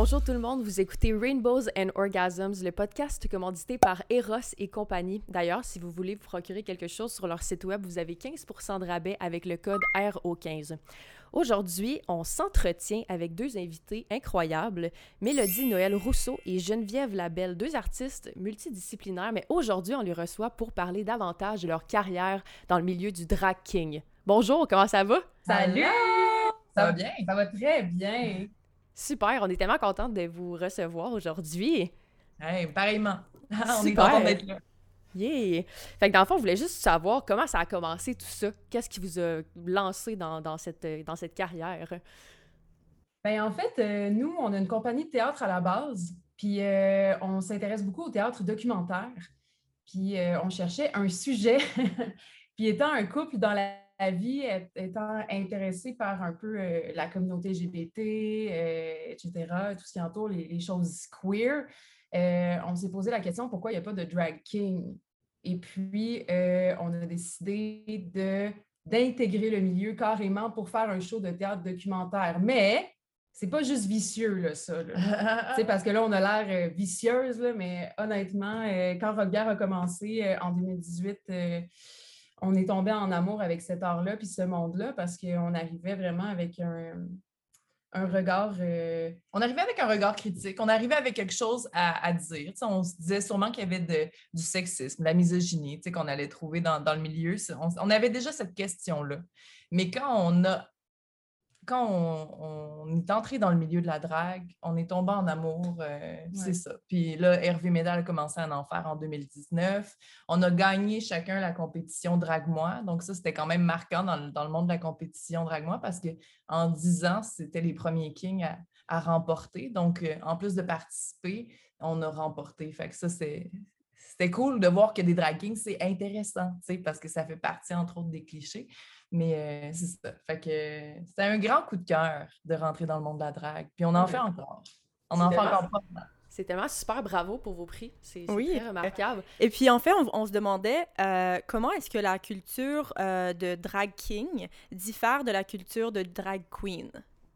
Bonjour tout le monde, vous écoutez Rainbows and Orgasms, le podcast commandité par Eros et compagnie. D'ailleurs, si vous voulez vous procurer quelque chose sur leur site web, vous avez 15% de rabais avec le code RO15. Aujourd'hui, on s'entretient avec deux invités incroyables, Mélodie Noël Rousseau et Geneviève Labelle, deux artistes multidisciplinaires, mais aujourd'hui, on les reçoit pour parler davantage de leur carrière dans le milieu du drag king. Bonjour, comment ça va? Salut! Ça va bien? Ça va très bien. Super, on est tellement contente de vous recevoir aujourd'hui. Hey, pareillement. On est content Super! d'être là. Yeah! Fait que dans le fond, on voulait juste savoir comment ça a commencé tout ça. Qu'est-ce qui vous a lancé dans cette carrière? En fait, nous, on a une compagnie de théâtre à la base, puis on s'intéresse beaucoup au théâtre documentaire. Puis on cherchait un sujet. Puis étant un couple dans la vie, étant intéressé par un peu la communauté LGBT, etc., tout ce qui entoure les choses queer, on s'est posé la question pourquoi il n'y a pas de drag king. Et puis, on a décidé d'intégrer le milieu carrément pour faire un show de théâtre documentaire. Mais c'est pas juste vicieux, là, ça. Là. Parce que là, on a l'air vicieuse, là, mais honnêtement, quand Rock Bière a commencé en 2018, on est tombé en amour avec cet art-là puis ce monde-là parce qu'on arrivait vraiment avec un regard... On arrivait avec un regard critique, on arrivait avec quelque chose à dire. T'sais, on se disait sûrement qu'il y avait du sexisme, de la misogynie qu'on allait trouver dans le milieu. On avait déjà cette question-là. Mais quand on est entré dans le milieu de la drague, on est tombé en amour, c'est ça. Puis là, Hervé Médal a commencé à en faire en 2019. On a gagné chacun la compétition Drague-moi. Donc ça, c'était quand même marquant dans le monde de la compétition Drague-moi parce qu'en 10 ans, c'était les premiers kings à remporter. Donc, en plus de participer, on a remporté. Fait que ça, c'était cool de voir que des drag kings, c'est intéressant, parce que ça fait partie, entre autres, des clichés. Mais c'est ça. Fait que c'était un grand coup de cœur de rentrer dans le monde de la drague. Puis on en fait encore. On en fait encore pas mal. C'est tellement super, bravo pour vos prix. C'est Oui. très remarquable. Et puis en fait, on se demandait comment est-ce que la culture de drag king diffère de la culture de drag queen?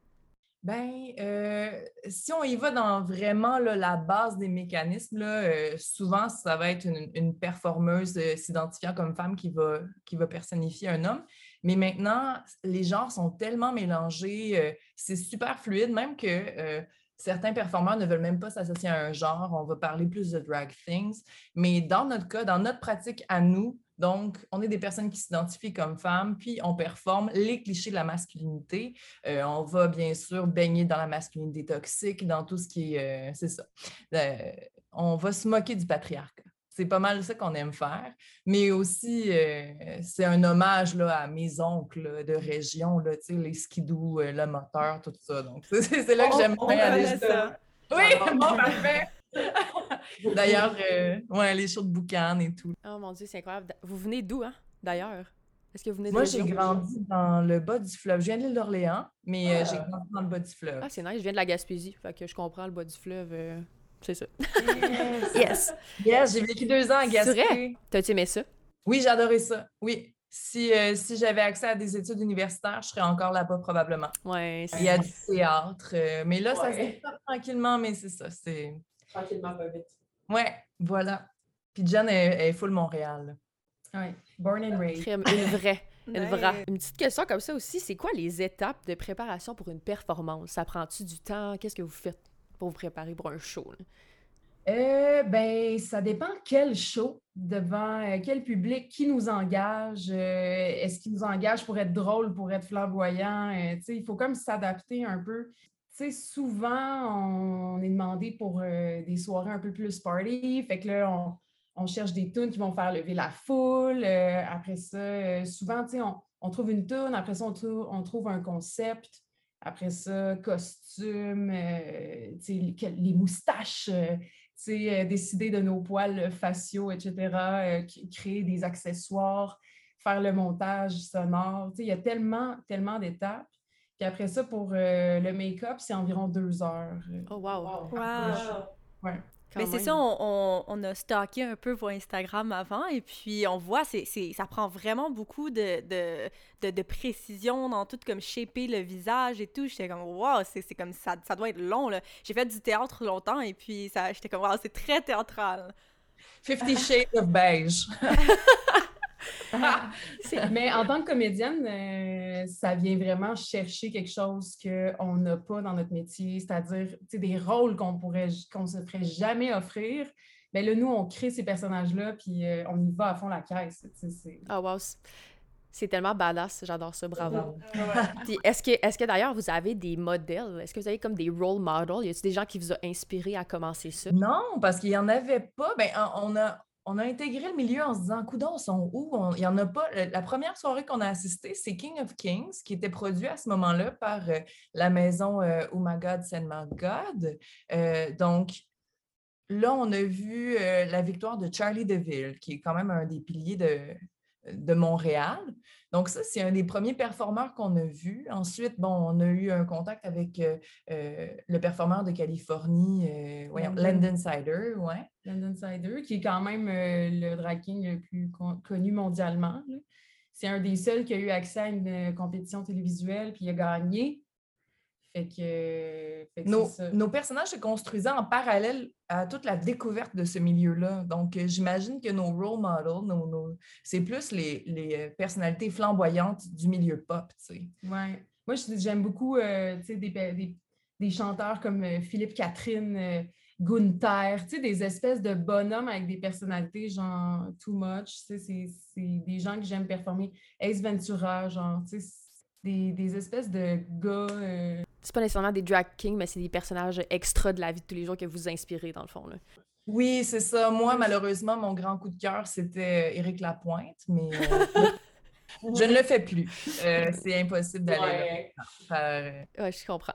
Si on y va dans vraiment là, la base des mécanismes, là, souvent, ça va être une performeuse s'identifiant comme femme qui va personnifier un homme. Mais maintenant, les genres sont tellement mélangés, c'est super fluide, même que certains performeurs ne veulent même pas s'associer à un genre. On va parler plus de drag things. Mais dans notre cas, dans notre pratique à nous, donc, on est des personnes qui s'identifient comme femmes, puis on performe les clichés de la masculinité. On va bien sûr baigner dans la masculinité toxique, dans tout ce qui est, c'est ça. On va se moquer du patriarcat. C'est pas mal ça qu'on aime faire. Mais aussi, c'est un hommage là, à mes oncles là, de région, là, les skidoo, le moteur, tout ça. Donc, c'est là que j'aime bien aller. Ça. Oui, bon, parfait. D'ailleurs, ouais, les shows de boucan et tout. Oh mon Dieu, c'est incroyable. Vous venez d'où, hein, d'ailleurs? Est-ce que vous venez de Moi, j'ai région? grandi dans le bas du fleuve. Je viens de l'île d'Orléans, mais j'ai grandi dans le bas du fleuve. Ah, c'est nice, je viens de la Gaspésie, fait que je comprends le bas du fleuve, c'est ça. Yes! Yes! Yes, j'ai vécu 2 ans à C'est vrai? Gaspé. T'as-tu aimé ça? Oui, j'ai adoré ça. Oui. Si j'avais accès à des études universitaires, je serais encore là-bas probablement. Ouais, Il y a du c'est... théâtre, mais là, ça se Ouais. développe tranquillement, mais c'est ça. Tranquillement, pas vite. Ouais, voilà. Puis Jen est full Montréal. Ouais. Born and raised. Crème, une vraie. Une vraie. Ouais. Une petite question comme ça aussi, c'est quoi les étapes de préparation pour une performance? Ça prend-tu du temps? Qu'est-ce que vous faites pour vous préparer pour un show, là? Ça dépend quel show, devant quel public, qui nous engage. Est-ce qu'il nous engage pour être drôle, pour être flamboyant? Il faut comme s'adapter un peu. Souvent, on est demandé pour des soirées un peu plus party. Fait que là, on cherche des tunes qui vont faire lever la foule. Après ça, souvent, on trouve une tune. Après ça, on trouve un concept. Après ça, costume, les moustaches. Décider de nos poils faciaux, etc., créer des accessoires, faire le montage sonore. Il y a tellement, tellement d'étapes. Puis après ça, pour le make-up, c'est environ 2 heures. Oh wow! Wow. Wow. Ouais. Quand Mais c'est même. ça, on a stocké un peu vos Instagram avant et puis on voit, ça prend vraiment beaucoup de précision dans tout, comme shaper le visage et tout. J'étais comme, wow, c'est comme ça doit être long, là. J'ai fait du théâtre longtemps et puis j'étais comme, wow, c'est très théâtral. 50 Shades of Beige. Mais en tant que comédienne, ça vient vraiment chercher quelque chose qu'on n'a pas dans notre métier, c'est-à-dire des rôles qu'on se ferait jamais offrir. Mais là, nous, on crée ces personnages-là, puis on y va à fond la caisse. Ah, wow, c'est tellement badass, j'adore ça, bravo. Ouais. Puis est-ce que d'ailleurs vous avez des modèles? Est-ce que vous avez comme des role models? Y a-t-il des gens qui vous ont inspiré à commencer ça? Non, parce qu'il n'y en avait pas. Ben, on a intégré le milieu en se disant, coudoncs, ils sont où? Il n'y en a pas. La première soirée qu'on a assistée, c'est King of Kings, qui était produit à ce moment-là par la maison Oh My God, Send My God. Donc, là, on a vu la victoire de Charlie DeVille, qui est quand même un des piliers de Montréal. Donc, ça, c'est un des premiers performeurs qu'on a vu. Ensuite, bon, on a eu un contact avec le performeur de Californie, Landon Sider, ouais. Landon Sider, qui est quand même le drag king le plus connu mondialement, là. C'est un des seuls qui a eu accès à une compétition télévisuelle, puis il a gagné. Fait que c'est ça. Nos personnages se construisaient en parallèle à toute la découverte de ce milieu-là. Donc, j'imagine que nos role models, c'est plus les personnalités flamboyantes du milieu pop, tu sais. Ouais. Moi, j'aime beaucoup des chanteurs comme Philippe Catherine, Gunther, des espèces de bonhommes avec des personnalités genre too much. C'est des gens que j'aime performer. Ace Ventura, genre, des espèces de gars. C'est pas nécessairement des drag kings, mais c'est des personnages extra de la vie de tous les jours que vous inspirez, dans le fond, là. Oui, c'est ça. Moi, malheureusement, mon grand coup de cœur, c'était Éric Lapointe, mais je ne le fais plus. C'est impossible d'aller là. Ouais, je comprends.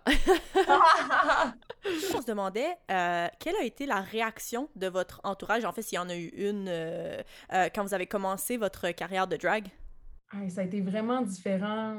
On se demandait quelle a été la réaction de votre entourage, en fait, s'il y en a eu une quand vous avez commencé votre carrière de drag. Ça a été vraiment différent.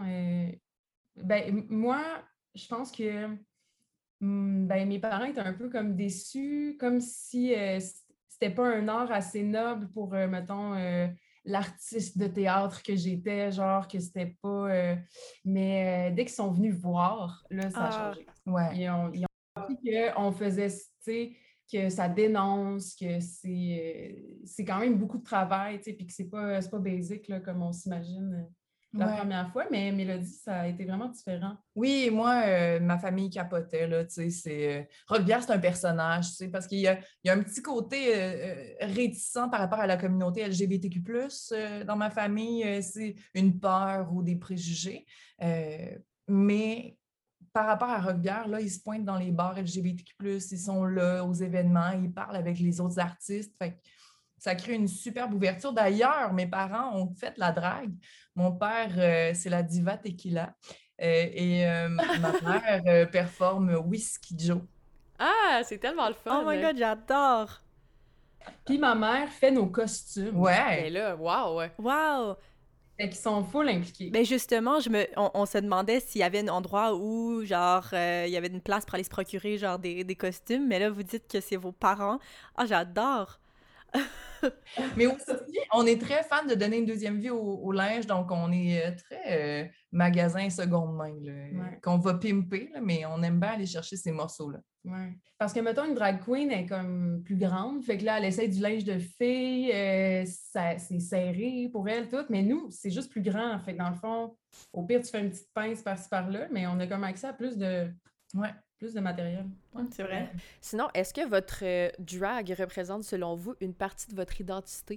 Moi, je pense que mes parents étaient un peu comme déçus, comme si c'était pas un art assez noble pour, mettons, l'artiste de théâtre que j'étais, genre que c'était pas... mais dès qu'ils sont venus voir, là, ça a changé. Ouais. Ils ont compris qu'on faisait, tu sais, que ça dénonce, que c'est quand même beaucoup de travail, tu sais, puis que c'est pas basic, là, comme on s'imagine la première fois, mais Mélodie, ça a été vraiment différent. Oui, moi, ma famille capotait, là, tu sais, Roquebière, c'est un personnage, tu sais, parce qu'il y a un petit côté réticent par rapport à la communauté LGBTQ+, dans ma famille, c'est une peur ou des préjugés, mais par rapport à Roquebière, là, ils se pointent dans les bars LGBTQ+, ils sont là aux événements, ils parlent avec les autres artistes, fait que ça crée une superbe ouverture. D'ailleurs, mes parents ont fait la drague. Mon père, c'est la diva Tequila. Et ma mère performe Whiskey Joe. Ah, c'est tellement le fun! Oh my God, j'adore! Puis ma mère fait nos costumes. Ouais! Ben là, wow! Wow! Fait qu'ils sont full impliqués. Ben justement, on se demandait s'il y avait un endroit où, genre, il y avait une place pour aller se procurer, genre, des costumes. Mais là, vous dites que c'est vos parents. Ah, j'adore! Mais aussi, on est très fan de donner une deuxième vie au linge, donc on est très magasin seconde main, là, qu'on va pimper, là, mais on aime bien aller chercher ces morceaux-là. Ouais. Parce que, mettons, une drag queen est comme plus grande, fait que là, elle essaie du linge de fille, c'est serré pour elle, tout, mais nous, c'est juste plus grand, fait que dans le fond, au pire, tu fais une petite pince par-ci, par-là, mais on a comme accès à plus de matériel. C'est vrai. Sinon, est-ce que votre drag représente, selon vous, une partie de votre identité?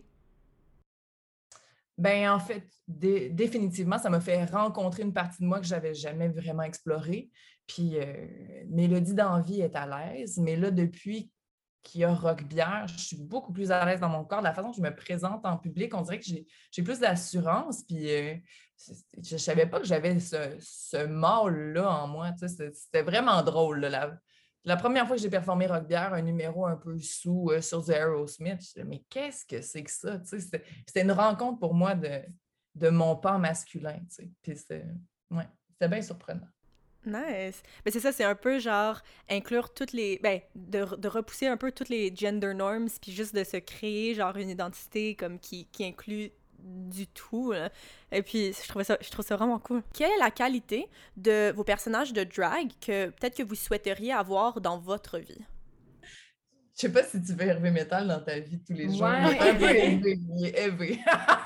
Ben en fait, définitivement, ça m'a fait rencontrer une partie de moi que j'avais jamais vraiment explorée. Puis Mélodie d'Envie est à l'aise, mais là, depuis qu'il y a Roquebière, je suis beaucoup plus à l'aise dans mon corps. De la façon que je me présente en public, on dirait que j'ai plus d'assurance. Puis je ne savais pas que j'avais ce mâle-là en moi. Tu sais, c'était vraiment drôle, là. La première fois que j'ai performé Roquebière, un numéro un peu sous sur The Aerosmith, je disais, mais qu'est-ce que c'est que ça? Tu sais, c'était une rencontre pour moi de mon pan masculin. Tu sais. Puis c'était bien surprenant. Nice. Mais c'est ça, c'est un peu genre inclure toutes les... Ben, de repousser un peu toutes les gender norms, puis juste de se créer genre une identité comme qui inclut du tout. Là. Et puis, je trouve ça vraiment cool. Quelle est la qualité de vos personnages de drag que peut-être que vous souhaiteriez avoir dans votre vie? Je sais pas si tu veux Hervé Métal dans ta vie de tous les jours. Ouais. Il est élevé.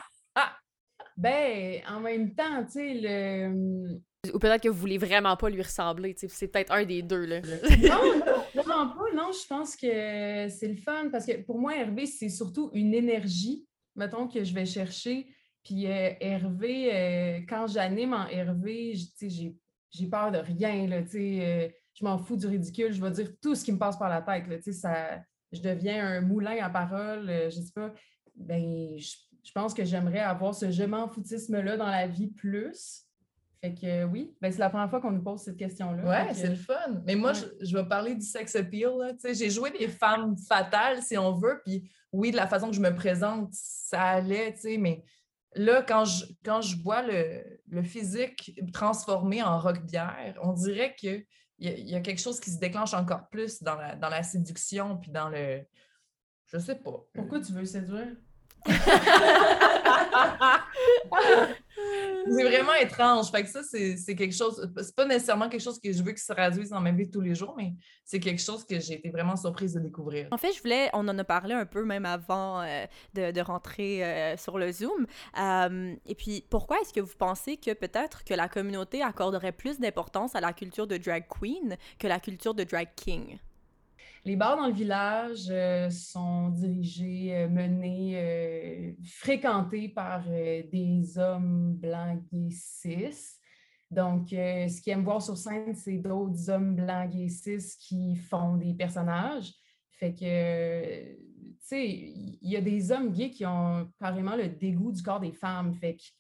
Ben, en même temps, tu sais, le... Ou peut-être que vous voulez vraiment pas lui ressembler, tu sais, c'est peut-être un des deux, là. Non, vraiment pas. Non, je pense que c'est le fun parce que pour moi, Hervé, c'est surtout une énergie, mettons, que je vais chercher. Puis Hervé, quand j'anime en Hervé, tu sais, j'ai peur de rien, là, tu sais, je m'en fous du ridicule, je vais dire tout ce qui me passe par la tête, là, tu sais, je deviens un moulin à parole, je sais pas. Ben, je pense que j'aimerais avoir ce je m'en foutisme-là dans la vie plus. Fait que oui, ben, c'est la première fois qu'on nous pose cette question-là. Ouais, c'est le fun. Mais moi, je vais parler du sex appeal. Là. J'ai joué des femmes fatales, si on veut, puis oui, de la façon que je me présente, ça allait, mais là, quand je vois le physique transformé en rock-bière, on dirait qu'il y a quelque chose qui se déclenche encore plus dans la séduction, puis dans le... Je sais pas. Pourquoi tu veux séduire? C'est vraiment étrange. Fait que ça, c'est quelque chose... C'est pas nécessairement quelque chose que je veux que se traduise dans ma vie de tous les jours, mais c'est quelque chose que j'ai été vraiment surprise de découvrir. En fait, on en a parlé un peu même avant de rentrer sur le Zoom. Et puis, pourquoi est-ce que vous pensez que peut-être que la communauté accorderait plus d'importance à la culture de drag queen que la culture de drag king? Les bars dans le village sont dirigés, menés, fréquentés par des hommes blancs gays cis. Donc, ce qu'ils aiment voir sur scène, c'est d'autres hommes blancs gays cis qui font des personnages. Fait que, tu sais, il y a des hommes gays qui ont carrément le dégoût du corps des femmes. Fait que,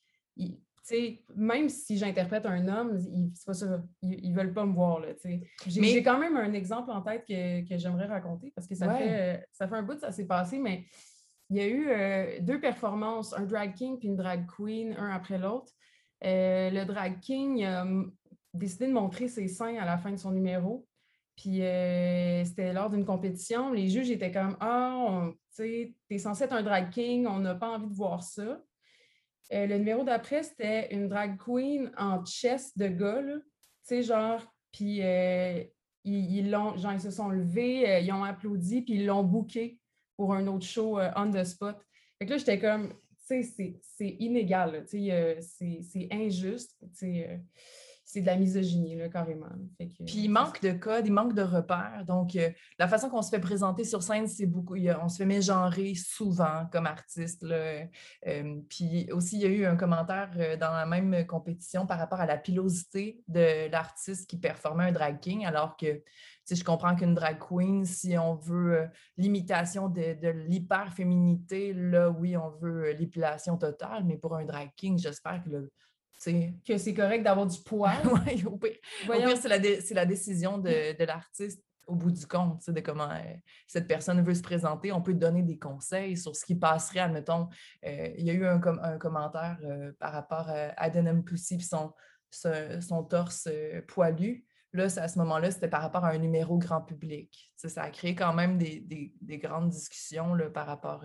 même si j'interprète un homme, c'est pas ça, ils veulent pas me voir. Là, j'ai quand même un exemple en tête que j'aimerais raconter parce que ça fait un bout que ça s'est passé, mais il y a eu 2 performances, un drag king puis une drag queen, un après l'autre. Le drag king a décidé de montrer ses seins à la fin de son numéro. Puis c'était lors d'une compétition. Les juges étaient comme « Ah, t'es censé être un drag king, on n'a pas envie de voir ça. » Le numéro d'après, c'était une drag queen en chest de gars, tu sais, genre, puis ils se sont levés, ils ont applaudi, puis ils l'ont booké pour un autre show on the spot. Fait que là, j'étais comme, tu sais, c'est inégal, tu sais, c'est injuste, tu sais, c'est de la misogynie, là, carrément. Fait que, puis il manque de codes, il manque de repères. Donc, la façon qu'on se fait présenter sur scène, c'est beaucoup... on se fait mégenrer souvent comme artiste. Là. Puis aussi, il y a eu un commentaire dans la même compétition par rapport à la pilosité de l'artiste qui performait un drag king, alors que je comprends qu'une drag queen, si on veut l'imitation de l'hyper-féminité, là, oui, on veut l'épilation totale, mais pour un drag king, j'espère que c'est correct d'avoir du poids. Oui, au pire, c'est la décision de l'artiste au bout du compte, de comment cette personne veut se présenter. On peut donner des conseils sur ce qui passerait, admettons. Il y a eu un commentaire par rapport à Denim Pussy et son torse poilu. Là, à ce moment-là, c'était par rapport à un numéro grand public. Ça a créé quand même des grandes discussions là, par rapport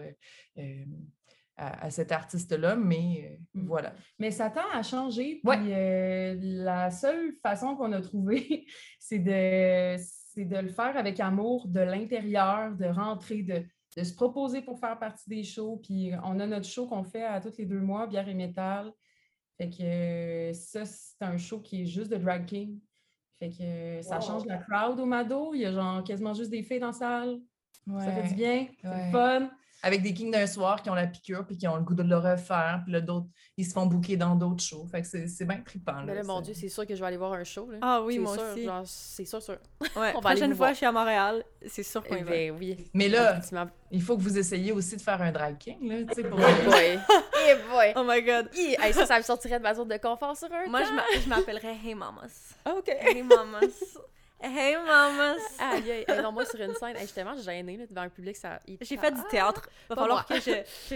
à cet artiste-là, mais voilà. Mais ça tend à changer, puis la seule façon qu'on a trouvée, c'est de le faire avec amour de l'intérieur, de rentrer, de se proposer pour faire partie des shows, puis on a notre show qu'on fait à tous les 2 mois, Bière et Métal, fait que ça, c'est un show qui est juste de drag king, fait que ça change la crowd au Mado, il y a genre quasiment juste des filles dans la salle, ça fait du bien, c'est fun. Avec des kings d'un soir qui ont la piqûre puis qui ont le goût de le refaire. Puis là, d'autres, ils se font booker dans d'autres shows. Fait que c'est bien trippant. Mais là, mon Dieu, c'est sûr que je vais aller voir un show. Là. Ah oui, moi sûr, aussi. Genre, c'est sûr. Ouais, la prochaine fois, je suis à Montréal. C'est sûr qu'on y va. Ben oui. Mais là, il faut que vous essayiez aussi de faire un drag king, là, tu sais, pour... boy! Oh my God! Hey, ça me sortirait de ma zone de confort sur un Moi, je m'appellerais Hey Mamas. OK. Hey Mamas. Hey, mamas! Aïe, aïe. Non, moi, sur une scène, je suis tellement gênée là, devant un public. J'ai fait du théâtre. Va Pas falloir moi. que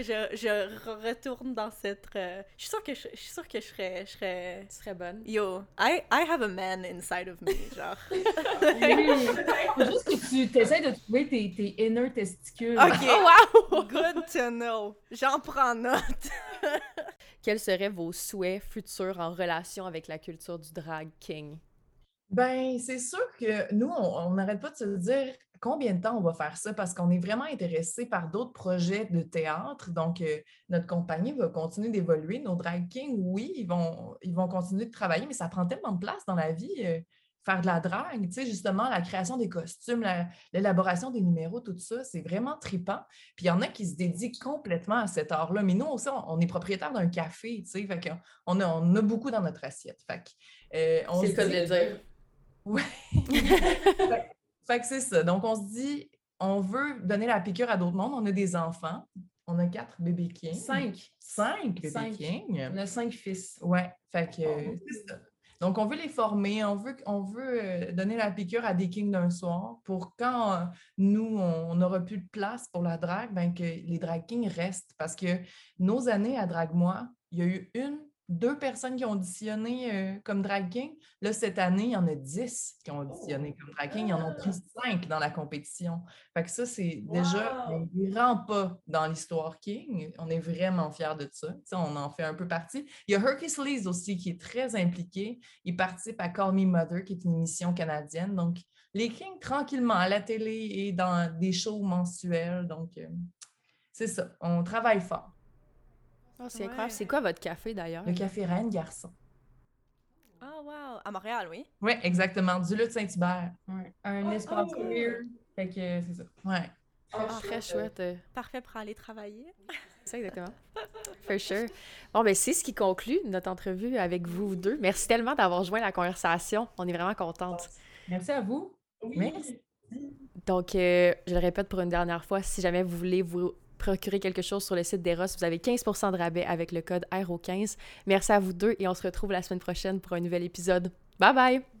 je retourne dans cette... Je suis sûre que je serais... Tu serais bonne. Yo, I have a man inside of me, genre. Oui. Faut juste que tu essaies de trouver tes inner testicules. OK, Oh, wow! good to know. J'en prends note. Quels seraient vos souhaits futurs en relation avec la culture du drag king? Ben, c'est sûr que nous, on n'arrête pas de se dire combien de temps on va faire ça parce qu'on est vraiment intéressé par d'autres projets de théâtre. Donc, notre compagnie va continuer d'évoluer. Nos drag kings, oui, ils vont continuer de travailler, mais ça prend tellement de place dans la vie, faire de la drague, tu sais, justement, la création des costumes, l'élaboration des numéros, tout ça, c'est vraiment trippant. Puis il y en a qui se dédient complètement à cet art-là. Mais nous aussi, on est propriétaire d'un café, tu sais, fait qu'on a beaucoup dans notre assiette. Fait que, on C'est se le cas de dit- le dire. Ouais. Fait que c'est ça. Donc, on se dit, on veut donner la piqûre à d'autres mondes. On a des enfants. On a 4 bébés kings. 5. 5 bébés 5. kings. On a 5 fils. Ouais. Fait que c'est ça. Donc, on veut les former. On veut donner la piqûre à des kings d'un soir pour quand nous, on n'aura plus de place pour la drague, ben que les drag kings restent. Parce que nos années à Drague-moi, il y a eu 2 personnes qui ont auditionné comme drag king. Là, cette année, il y en a 10 qui ont auditionné comme drag king. Ils en ont pris 5 dans la compétition. Fait que ça, c'est déjà un grand pas dans l'histoire king. On est vraiment fiers de ça. Tu sais, on en fait un peu partie. Il y a Hercules aussi qui est très impliqué. Il participe à Call Me Mother, qui est une émission canadienne. Donc, les kings, tranquillement, à la télé et dans des shows mensuels. Donc, c'est ça. On travaille fort. Oh, c'est incroyable. C'est quoi votre café, d'ailleurs? Le café Reine Garçon. Oh, wow. À Montréal, oui. Oui, exactement. Du Lutte Saint-Hubert. Ouais. Un espace queer. Fait que c'est ça. Ouais. Très chouette. Parfait pour aller travailler. C'est ça, exactement. For sure. Bon, ben c'est ce qui conclut notre entrevue avec vous deux. Merci tellement d'avoir joint la conversation. On est vraiment contente. Merci à vous. Merci. Donc, je le répète pour une dernière fois, si jamais vous voulez vous procurer quelque chose sur le site d'Eros, vous avez 15% de rabais avec le code RO15. Merci à vous deux et on se retrouve la semaine prochaine pour un nouvel épisode. Bye bye!